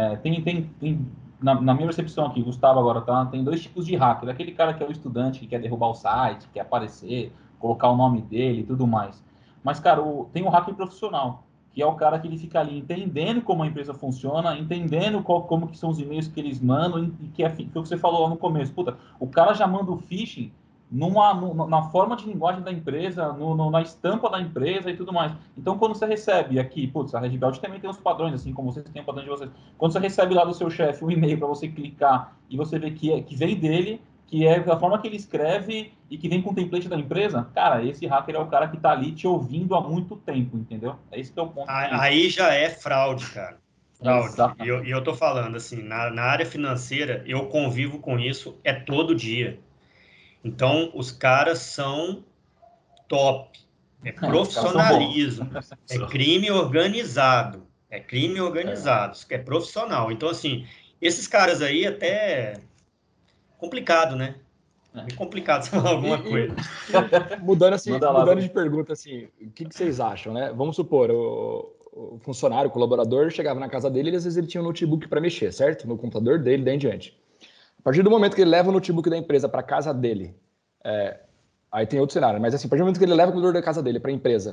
na minha percepção aqui, Gustavo agora, tá? Tem 2 tipos de hacker, aquele cara que é o estudante, que quer derrubar o site, quer aparecer, colocar o nome dele e tudo mais. Mas, cara, tem o hacker profissional, que é o cara que ele fica ali entendendo como a empresa funciona, entendendo como que são os e-mails que eles mandam, e que foi o que você falou lá no começo. Puta, o cara já manda o phishing na forma de linguagem da empresa, na estampa da empresa e tudo mais. Então, quando você recebe aqui, putz, a Red Belt também tem os padrões, assim como vocês têm o padrão de vocês. Quando você recebe lá do seu chefe um e-mail para você clicar e você vê que vem dele, que é a forma que ele escreve e que vem com o template da empresa, cara, esse hacker é o cara que está ali te ouvindo há muito tempo, entendeu? É esse que é o ponto. Aí já é fraude, cara. Fraude. E eu tô falando, assim, na área financeira, eu convivo com isso todo dia. Então, os caras são top. É profissionalismo. É crime organizado. É crime organizado. É profissional. Então, assim, esses caras aí até complicado, né? É complicado falar alguma coisa. Mudando de pergunta, assim, o que vocês acham, né? Vamos supor, o funcionário, o colaborador, chegava na casa dele e às vezes ele tinha um notebook para mexer, certo? No computador dele, daí em diante. A partir do momento que ele leva o notebook da empresa para casa dele, aí tem outro cenário, mas assim, a partir do momento que ele leva o computador da casa dele para a empresa,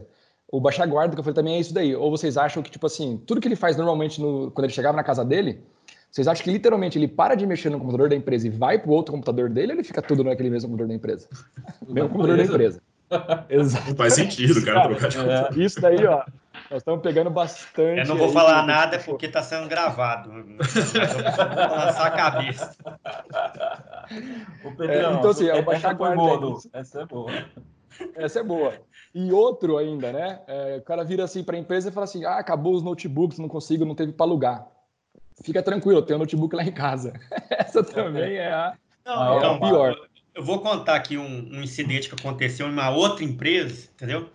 o baixar a guarda que eu falei também é isso daí. Ou vocês acham que, tipo assim, tudo que ele faz normalmente quando ele chegava na casa dele, vocês acham que literalmente ele para de mexer no computador da empresa e vai pro outro computador dele, ou ele fica tudo naquele mesmo computador da empresa? Mesmo computador da empresa. Exato. Faz sentido, cara, trocar de computador. Isso daí, ó, nós estamos pegando bastante. Eu não vou aí, falar do nada tipo, porque está sendo gravado, mas eu vou lançar a cabeça. Ô, Pedrão, então, assim, é o baixar essa foi guarda. boa, Du. Essa é boa. Essa é boa. E outro ainda, né? O cara vira assim para a empresa e fala assim: acabou os notebooks, não consigo, não teve para alugar. Fica tranquilo, eu tenho um notebook lá em casa. Essa também é a pior. Eu vou contar aqui um incidente que aconteceu em uma outra empresa, entendeu?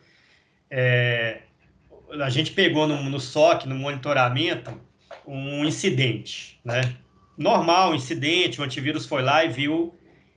A gente pegou no SOC, no monitoramento, um incidente, né? Normal, um incidente, o antivírus foi lá e viu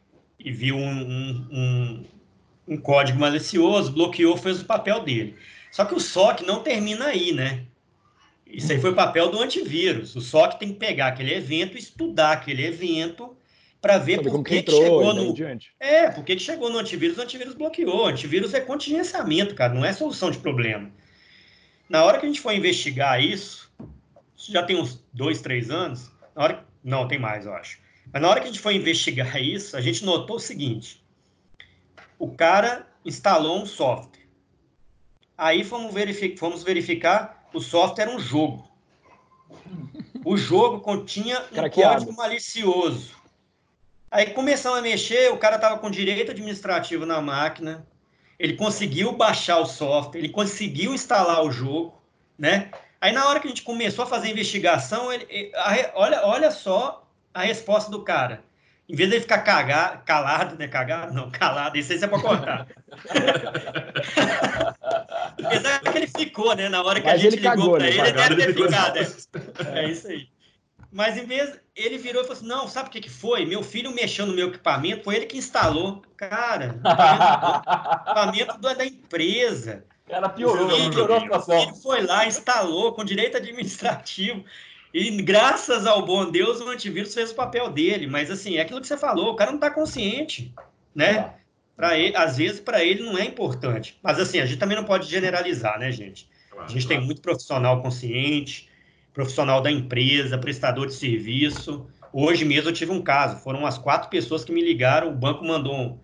um código malicioso, bloqueou, fez o papel dele. Só que o SOC não termina aí, né? Isso aí foi o papel do antivírus. O SOC tem que pegar aquele evento, estudar aquele evento para ver por que chegou no... por que chegou no antivírus, o antivírus bloqueou. O antivírus é contingenciamento, cara, não é solução de problema. Na hora que a gente foi investigar isso já tem uns 2, 3 anos, não, tem mais, eu acho. Mas na hora que a gente foi investigar isso, a gente notou o seguinte: o cara instalou um software. Aí fomos verificar, o software era um jogo. O jogo continha um código malicioso. Aí começamos a mexer, o cara estava com direito administrativo na máquina, ele conseguiu baixar o software, ele conseguiu instalar o jogo, né? Aí na hora que a gente começou a fazer a investigação, olha só a resposta do cara. Em vez de ele ficar calado, né? Calado, isso aí você pode cortar. Apesar que ele ficou, né? Na hora que a gente ligou para ele deve ter ficado. É isso aí. Mas em vez, ele virou e falou assim: não, sabe o que foi? Meu filho mexeu no meu equipamento, foi ele que instalou. Cara, o equipamento da empresa. O cara piorou a situação. O filho foi lá, instalou com direito administrativo. E graças ao bom Deus, o antivírus fez o papel dele. Mas assim, é aquilo que você falou, o cara não está consciente, né? Às vezes, para ele não é importante. Mas assim, a gente também não pode generalizar, né, gente? A gente tem muito profissional consciente, profissional da empresa, prestador de serviço. Hoje mesmo eu tive um caso, foram umas 4 pessoas que me ligaram, o banco mandou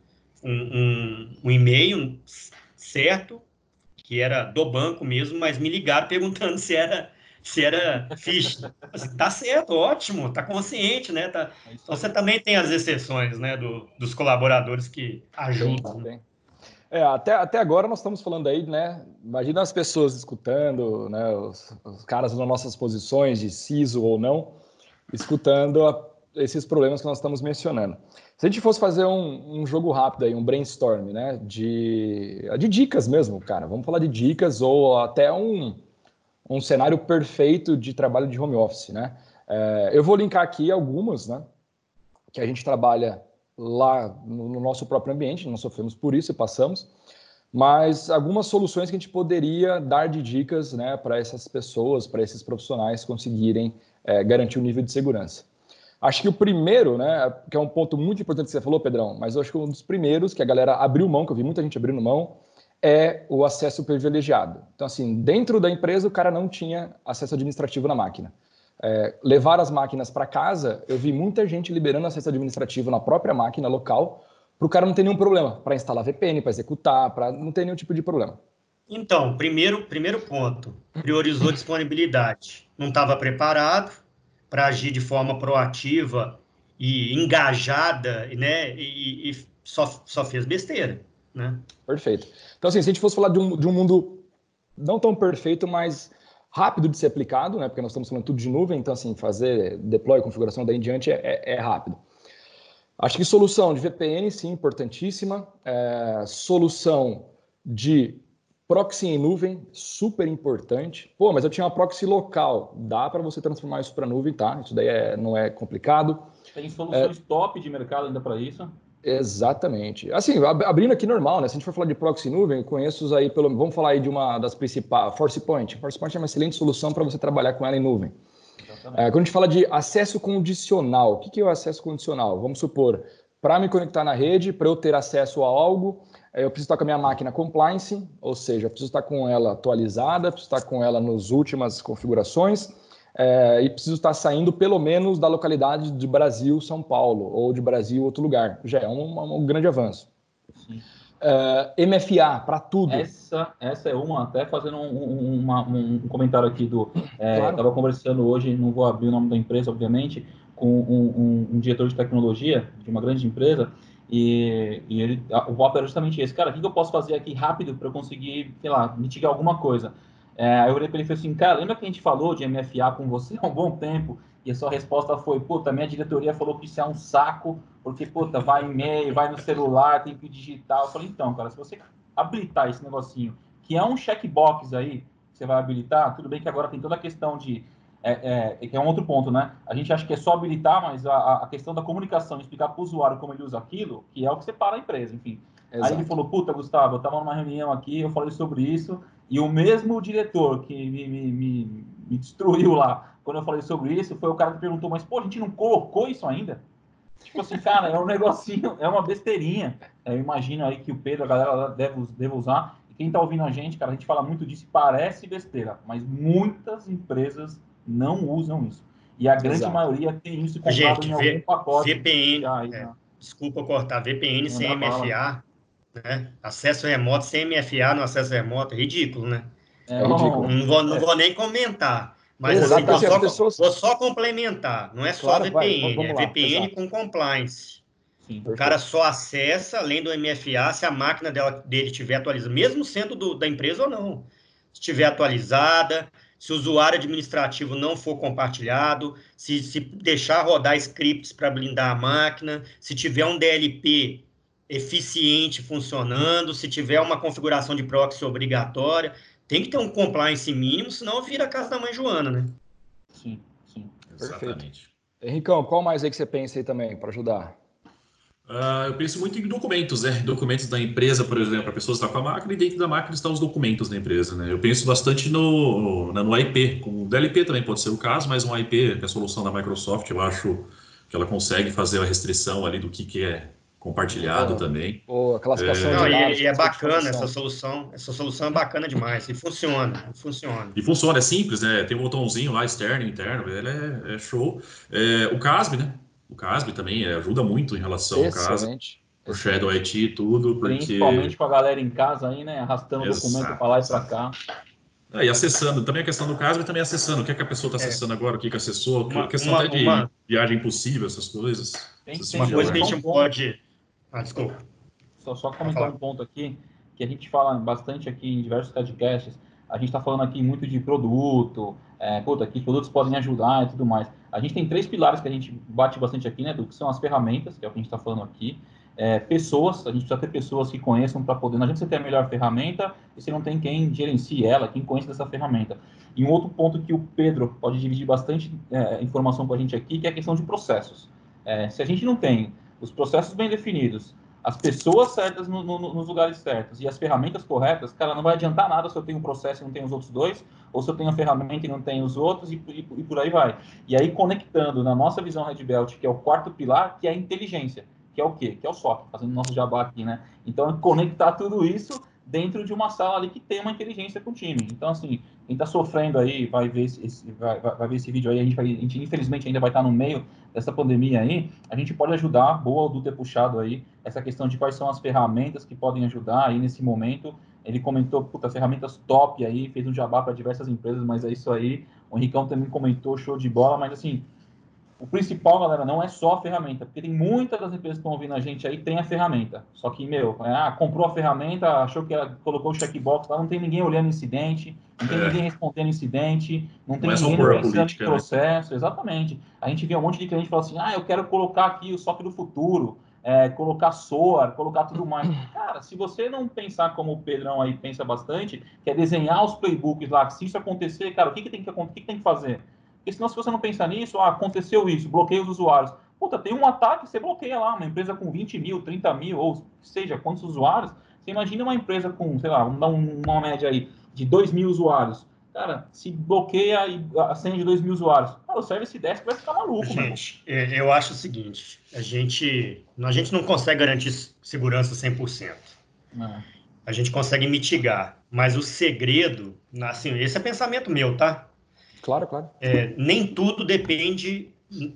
um e-mail certo, que era do banco mesmo, mas me ligaram perguntando se era phishing. Assim, tá certo, ótimo, tá consciente, né? Então você também tem as exceções, né, dos colaboradores que ajudam. Tem. Até agora nós estamos falando aí, né? Imagina as pessoas escutando, né? Os caras nas nossas posições de CISO ou não, escutando esses problemas que nós estamos mencionando. Se a gente fosse fazer um jogo rápido aí, um brainstorm, né? De dicas mesmo, cara. Vamos falar de dicas ou até um cenário perfeito de trabalho de home office, né? Eu vou linkar aqui algumas, né? Que a gente trabalha lá no nosso próprio ambiente, não sofremos por isso e passamos, mas algumas soluções que a gente poderia dar de dicas, né, para essas pessoas, para esses profissionais conseguirem garantir o nível de segurança. Acho que o primeiro, né, que é um ponto muito importante que você falou, Pedrão, mas eu acho que um dos primeiros que a galera abriu mão, que eu vi muita gente abrindo mão, é o acesso privilegiado. Então, assim, dentro da empresa o cara não tinha acesso administrativo na máquina. Levar as máquinas para casa, eu vi muita gente liberando acesso administrativo na própria máquina local para o cara não ter nenhum problema, para instalar VPN, para executar, para não ter nenhum tipo de problema. Então, primeiro ponto, priorizou disponibilidade. Não estava preparado para agir de forma proativa e engajada, né? E só fez besteira, né? Perfeito. Então, assim, se a gente fosse falar de um mundo não tão perfeito, mas rápido de ser aplicado, né? Porque nós estamos falando tudo de nuvem, então assim, fazer deploy, configuração daí em diante é rápido. Acho que solução de VPN, sim, importantíssima. Solução de proxy em nuvem, super importante. Pô, mas eu tinha uma proxy local. Dá para você transformar isso para nuvem, tá? Isso daí não é complicado. Tem soluções top de mercado ainda para isso. Exatamente. Assim, abrindo aqui normal, né? Se a gente for falar de proxy nuvem, eu conheço aí, vamos falar aí de uma das principais, ForcePoint. ForcePoint é uma excelente solução para você trabalhar com ela em nuvem. Quando a gente fala de acesso condicional, o que é o acesso condicional? Vamos supor, para me conectar na rede, para eu ter acesso a algo, eu preciso estar com a minha máquina compliance, ou seja, eu preciso estar com ela atualizada, preciso estar com ela nas últimas configurações, e preciso estar saindo pelo menos da localidade de Brasil, São Paulo, ou de Brasil, outro lugar. Já é um grande avanço. Sim. MFA, para tudo. Essa é uma, até fazendo um comentário aqui do... Claro. Estava conversando hoje, não vou abrir o nome da empresa, obviamente, com um diretor de tecnologia de uma grande empresa, e o papo era justamente esse. Cara, o que eu posso fazer aqui rápido para eu conseguir, sei lá, mitigar alguma coisa? Aí eu olhei para ele e falei assim, cara, lembra que a gente falou de MFA com você há um bom tempo? E a sua resposta foi, puta, minha diretoria falou que isso é um saco, porque, puta, vai e-mail, vai no celular, tem que digitar. Eu falei, então, cara, se você habilitar esse negocinho, que é um checkbox aí, que você vai habilitar, tudo bem que agora tem toda a questão de... que é um outro ponto, né? A gente acha que é só habilitar, mas a questão da comunicação, explicar para o usuário como ele usa aquilo, que é o que separa a empresa, enfim. Exato. Aí ele falou, puta, Gustavo, eu estava numa reunião aqui, eu falei sobre isso, e o mesmo diretor que me destruiu lá, quando eu falei sobre isso, foi o cara que perguntou, mas, pô, a gente não colocou isso ainda? Tipo assim, cara, é um negocinho, é uma besteirinha. Eu imagino aí que o Pedro, a galera deve usar. E quem tá ouvindo a gente, cara, a gente fala muito disso, parece besteira, mas muitas empresas não usam isso. E a grande maioria tem isso comprado em algum pacote. VPN, desculpa cortar, VPN sem MFA, né? Acesso remoto sem MFA no acesso remoto, é ridículo, né? É ridículo. Não vou nem comentar. Mas assim, vou só complementar. Não é só VPN, é VPN com compliance. Sim, o cara só acessa, além do MFA, se a máquina dele estiver atualizada, mesmo sendo da empresa ou não. Se estiver atualizada, se o usuário administrativo não for compartilhado, se deixar rodar scripts para blindar a máquina, se tiver um DLP eficiente funcionando, se tiver uma configuração de proxy obrigatória, tem que ter um compliance mínimo, senão vira a casa da mãe Joana, né? Sim, sim. Exatamente. Henricão, qual mais aí que você pensa aí também, para ajudar? Eu penso muito em documentos, né? Documentos da empresa, por exemplo, a pessoa está com a máquina e dentro da máquina estão os documentos da empresa, né? Eu penso bastante no IP, com o DLP também pode ser o caso, mas um IP, que é a solução da Microsoft, eu acho que ela consegue fazer a restrição ali do que é compartilhado também. A classificação de dados. E é bacana essa solução é bacana demais, e funciona. E funciona, é simples, né? Tem um botãozinho lá, externo, interno, ele é show. O CASB, né? O CASB também ajuda muito em relação ao CASB, o Shadow IT e tudo, porque... Principalmente com a galera em casa aí, né? Arrastando o documento para lá e para cá. E acessando, também a questão do CASB, também acessando. O que é que a pessoa está acessando agora, o que acessou, a questão até de viagem impossível, essas coisas. Uma coisa que a gente pode... desculpa. Só comentar um ponto aqui, que a gente fala bastante aqui em diversos podcasts. A gente está falando aqui muito de produto, que produtos podem ajudar e tudo mais. A gente tem 3 pilares que a gente bate bastante aqui, né, que são as ferramentas, que é o que a gente está falando aqui. Pessoas, a gente precisa ter pessoas que conheçam para poder... Não adianta você ter a melhor ferramenta e você não tem quem gerencie ela, quem conhece dessa ferramenta. E um outro ponto que o Pedro pode dividir bastante informação com a gente aqui, que é a questão de processos. Se a gente não tem os processos bem definidos, as pessoas certas nos lugares certos e as ferramentas corretas, cara, não vai adiantar nada se eu tenho um processo e não tenho os outros dois, ou se eu tenho a ferramenta e não tenho os outros, e por aí vai. E aí, conectando na nossa visão Red Belt, que é o 4º pilar, que é a inteligência, que é o quê? Que é o SOC, fazendo nosso jabá aqui, né? Então, conectar tudo isso dentro de uma sala ali que tem uma inteligência com o time. Então, assim, quem está sofrendo aí vai ver vai ver esse vídeo aí, a gente infelizmente ainda vai estar no meio dessa pandemia aí, a gente pode ajudar, boa o Du ter puxado aí, essa questão de quais são as ferramentas que podem ajudar aí nesse momento. Ele comentou, ferramentas top aí, fez um jabá para diversas empresas, mas é isso aí. O Henricão também comentou, show de bola, mas assim, o principal, galera, não é só a ferramenta, porque tem muitas das empresas que estão ouvindo a gente aí, tem a ferramenta. Só que, comprou a ferramenta, achou que ela colocou o checkbox lá, não tem ninguém olhando incidente, não tem ninguém respondendo incidente, não tem ninguém pensando em processo. Né? Exatamente. A gente vê um monte de cliente falando assim, eu quero colocar aqui o SOC do futuro, colocar SOAR, colocar tudo mais. Cara, se você não pensar como o Pedrão aí pensa bastante, que é desenhar os playbooks lá, que se isso acontecer, cara, o que tem que fazer? Porque senão, se você não pensar nisso, aconteceu isso, bloqueia os usuários. Puta, tem um ataque, você bloqueia lá, uma empresa com 20 mil, 30 mil, ou seja, quantos usuários. Você imagina uma empresa com, sei lá, vamos dar uma média aí, de 2 mil usuários. Cara, se bloqueia a senha de 2 mil usuários, o Service Desk vai ficar maluco, gente, eu acho o seguinte, a gente não consegue garantir segurança 100%. A gente consegue mitigar. Mas o segredo, assim, esse é pensamento meu, tá? Claro, claro. Nem tudo depende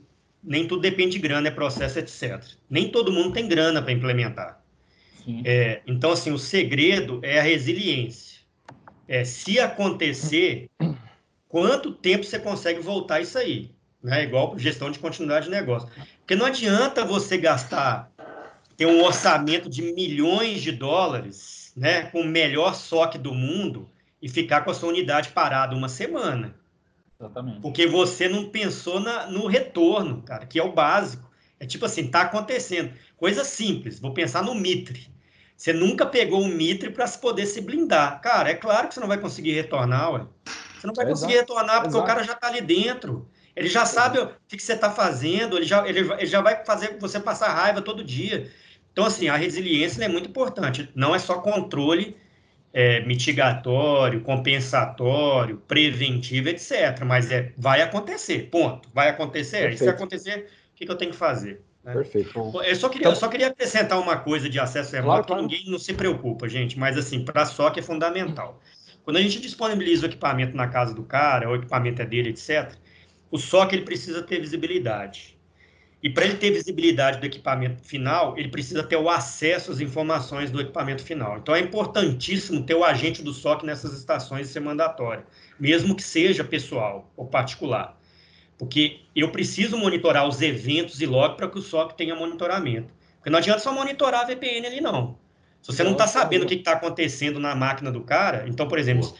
de grana, é processo, etc. Nem todo mundo tem grana para implementar. Então, assim, o segredo é a resiliência. Se acontecer, quanto tempo você consegue voltar isso aí? Né? Igual gestão de continuidade de negócio. Porque não adianta você ter um orçamento de milhões de dólares, né, com o melhor SOC do mundo e ficar com a sua unidade parada uma semana. Exatamente. Porque você não pensou no retorno, cara, que é o básico. É tipo assim, tá acontecendo. Coisa simples, vou pensar no Mitre. Você nunca pegou um Mitre para poder se blindar. Cara, é claro que você não vai conseguir retornar, ué. Você não vai conseguir retornar porque o cara já tá ali dentro. Ele já sabe o que você está fazendo, ele já vai fazer você passar raiva todo dia. Então, assim, a resiliência é muito importante. Não é só controle mitigatório, compensatório, preventivo, etc. Mas vai acontecer, ponto. Vai acontecer. Perfeito. E se acontecer, o que eu tenho que fazer? Né? Perfeito. Eu só queria acrescentar uma coisa de acesso remoto claro. Ninguém não se preocupa, gente, mas assim, para a SOC é fundamental. Quando a gente disponibiliza o equipamento na casa do cara, o equipamento é dele, etc., o SOC ele precisa ter visibilidade. E para ele ter visibilidade do equipamento final, ele precisa ter o acesso às informações do equipamento final. Então é importantíssimo ter o agente do SOC nessas estações e ser mandatório, mesmo que seja pessoal ou particular. Porque eu preciso monitorar os eventos e log para que o SOC tenha monitoramento. Porque não adianta só monitorar a VPN ali, não. Se você não está sabendo o que está acontecendo na máquina do cara, então, por exemplo,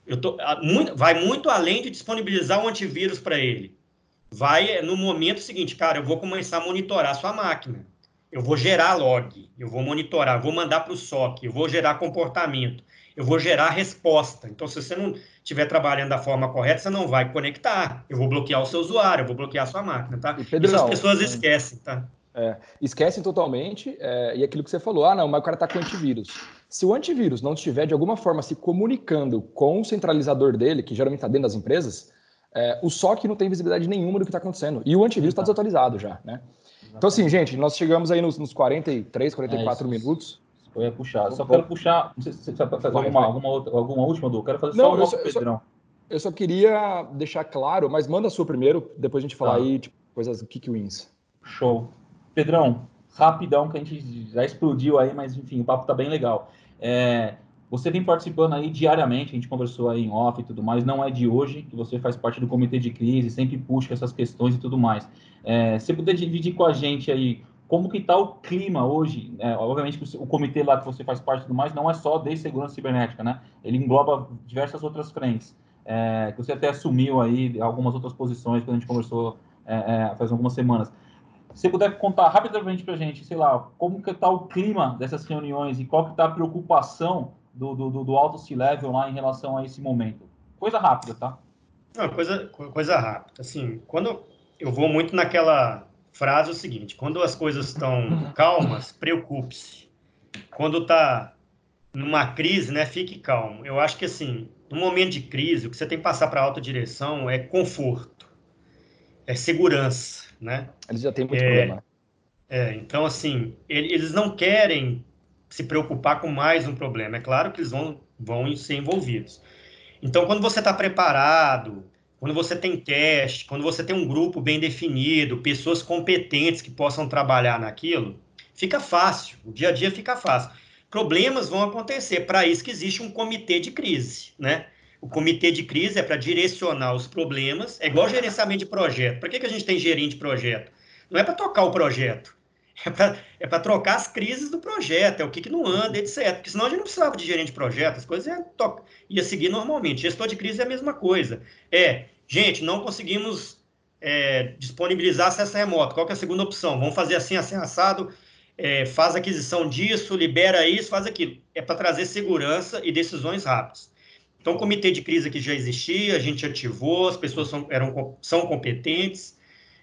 vai muito além de disponibilizar um antivírus para ele. Vai no momento seguinte, cara, eu vou começar a monitorar a sua máquina. Eu vou gerar log, eu vou monitorar, vou mandar para o SOC, eu vou gerar comportamento, eu vou gerar resposta. Então, se você não estiver trabalhando da forma correta, você não vai conectar. Eu vou bloquear o seu usuário, eu vou bloquear a sua máquina, tá? E, Pedrão, isso as pessoas esquecem, tá? Esquecem totalmente, e aquilo que você falou, não, mas o cara está com antivírus. Se o antivírus não estiver, de alguma forma, se comunicando com o centralizador dele, que geralmente está dentro das empresas, o SOC não tem visibilidade nenhuma do que está acontecendo. E o antivírus está desatualizado já, né? Então, assim, gente, nós chegamos aí nos 43, 44 minutos. Eu ia puxar. Só quero puxar. Não sei se você vai fazer alguma última, Du. Quero fazer só uma pro Pedrão. Eu só queria deixar claro, mas manda a sua primeiro, depois a gente falar aí, tipo, coisas kick wins. Show. Pedrão, rapidão, que a gente já explodiu aí, mas enfim, o papo tá bem legal. Você vem participando aí diariamente, a gente conversou aí em off e tudo mais, não é de hoje que você faz parte do comitê de crise, sempre puxa essas questões e tudo mais. Você puder dividir com a gente aí como que está o clima hoje, obviamente o comitê lá que você faz parte e tudo mais não é só de segurança cibernética, né? Ele engloba diversas outras frentes, que você até assumiu aí algumas outras posições quando a gente conversou faz algumas semanas. Se você puder contar rapidamente para a gente, sei lá, como que está o clima dessas reuniões e qual que está a preocupação do alto C-Level lá em relação a esse momento. Coisa rápida, tá? Não, coisa rápida. Assim, quando eu vou muito naquela frase o seguinte, quando as coisas estão calmas, preocupe-se. Quando está numa crise, né, fique calmo. Eu acho que, assim, no momento de crise, o que você tem que passar para a alta direção é conforto, é segurança, né? Eles já têm muito problema. Então, assim, eles não querem se preocupar com mais um problema. É claro que eles vão ser envolvidos. Então, quando você está preparado, quando você tem cash, quando você tem um grupo bem definido, pessoas competentes que possam trabalhar naquilo, fica fácil, o dia a dia fica fácil. Problemas vão acontecer, para isso que existe um comitê de crise, né? O comitê de crise é para direcionar os problemas, é igual gerenciamento de projeto. Para que a gente tem gerente de projeto? Não é para tocar o projeto, é para trocar as crises do projeto, é o que não anda, etc. Porque senão a gente não precisava de gerente de projeto, as coisas ia seguir normalmente. Gestor de crise é a mesma coisa. Gente, não conseguimos disponibilizar acesso remoto. Qual que é a segunda opção? Vamos fazer assim, assim, assado, faz aquisição disso, libera isso, faz aquilo. É para trazer segurança e decisões rápidas. Então, o comitê de crise aqui já existia, a gente ativou, as pessoas são competentes,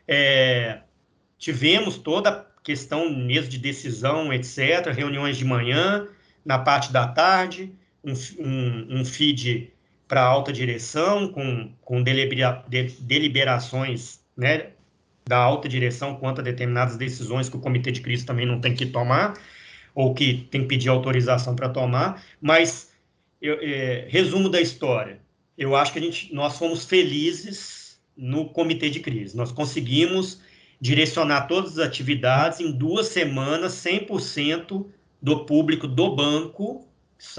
tivemos toda a questão mesmo de decisão, etc., reuniões de manhã, na parte da tarde, um feed para alta direção, com deliberações, né, da alta direção quanto a determinadas decisões que o comitê de crise também não tem que tomar. ou que tem que pedir autorização para tomar, mas resumo da história, eu acho que nós fomos felizes no comitê de crise, nós conseguimos direcionar todas as atividades em 2 semanas, 100% do público do banco,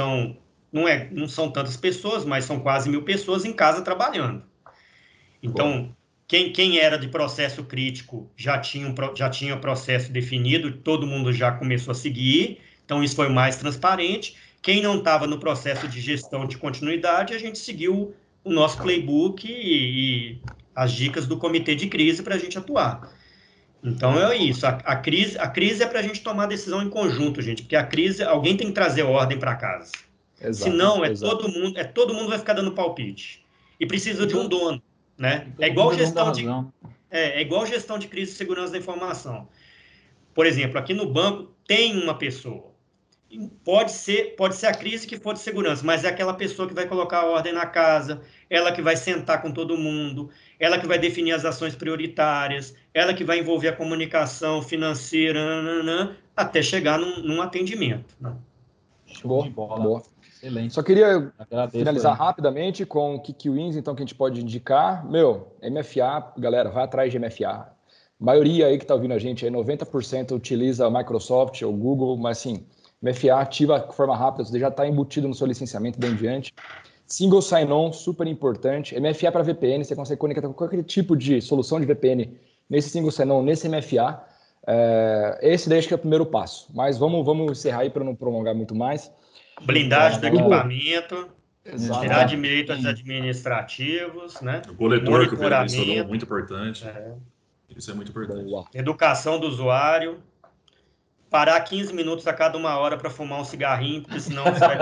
não são tantas pessoas, mas são quase 1.000 pessoas em casa trabalhando. Então, quem era de processo crítico já tinha o processo definido, todo mundo já começou a seguir, então isso foi mais transparente. Quem não estava no processo de gestão de continuidade, a gente seguiu o nosso playbook e as dicas do comitê de crise para a gente atuar. Então é isso, a crise é para a gente tomar decisão em conjunto, gente, porque a crise, alguém tem que trazer ordem para casa. Exato, Senão, exato. todo mundo vai ficar dando palpite. E precisa de um dono, né? É igual gestão de crise e segurança da informação. Por exemplo, aqui no banco tem uma pessoa. Pode ser a crise que for de segurança, mas é aquela pessoa que vai colocar a ordem na casa, ela que vai sentar com todo mundo, ela que vai definir as ações prioritárias, ela que vai envolver a comunicação financeira, até chegar num atendimento. Né? Show de bola. Boa. Excelente. Só queria finalizar aí rapidamente com o que wins, então, que a gente pode indicar. MFA, galera, vai atrás de MFA. A maioria aí que está ouvindo a gente, aí, 90% utiliza a Microsoft ou Google, mas assim, MFA ativa de forma rápida, você já está embutido no seu licenciamento bem diante. Single sign-on, super importante. MFA para VPN, você consegue conectar com qualquer tipo de solução de VPN nesse single sign-on, nesse MFA. Esse daí acho que é o primeiro passo. Mas vamos encerrar aí para não prolongar muito mais. Blindagem do equipamento, tirar direitos administrativos, né? O coletor que o Pedro mencionou, muito importante. Isso é muito importante. Boa. Educação do usuário. Parar 15 minutos a cada 1 hora para fumar um cigarrinho, porque senão você vai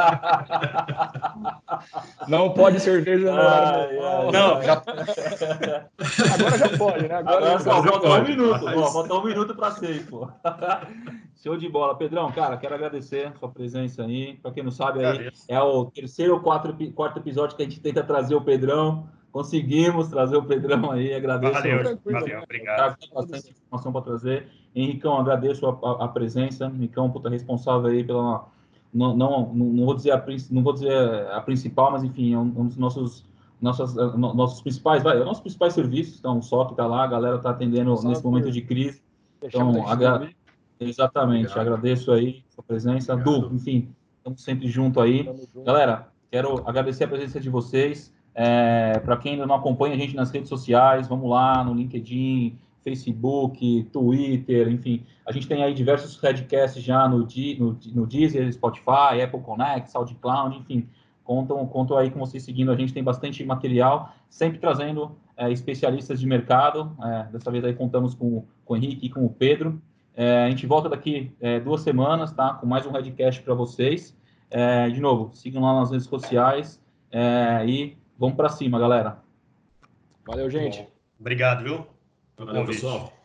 virar. Não pode cerveja no horário. Não, agora já pode, né? Agora só falta pode, 1 minuto. mas... Falta 1 minuto para 6, pô. Show de bola. Pedrão, cara, quero agradecer a sua presença aí. Para quem não sabe, aí é o terceiro ou quarto episódio que a gente tenta trazer o Pedrão. Conseguimos trazer o Pedrão aí. Agradeço. Valeu, obrigado. Tem bastante informação para trazer. Henricão, agradeço a presença. Henricão, puta responsável aí pela... Não vou dizer a principal, mas enfim, é um dos nossos principais, nossos principais serviços. Então, o SOC está lá, a galera está atendendo nesse momento de crise. Então, exatamente, obrigado. Agradeço aí a sua presença. Du, enfim, estamos sempre junto aí. Galera, quero agradecer a presença de vocês. Para quem ainda não acompanha a gente nas redes sociais, vamos lá no LinkedIn, Facebook, Twitter, enfim. A gente tem aí diversos podcasts já no Deezer, Spotify, Apple Connect, SoundCloud, enfim. Conto aí com vocês seguindo. A gente tem bastante material, sempre trazendo especialistas de mercado. Dessa vez aí contamos com o Henrique e com o Pedro. A gente volta daqui 2 semanas, tá? Com mais um Redcast para vocês. De novo, sigam lá nas redes sociais e vamos para cima, galera. Valeu, gente. Obrigado, viu? Valeu, pessoal.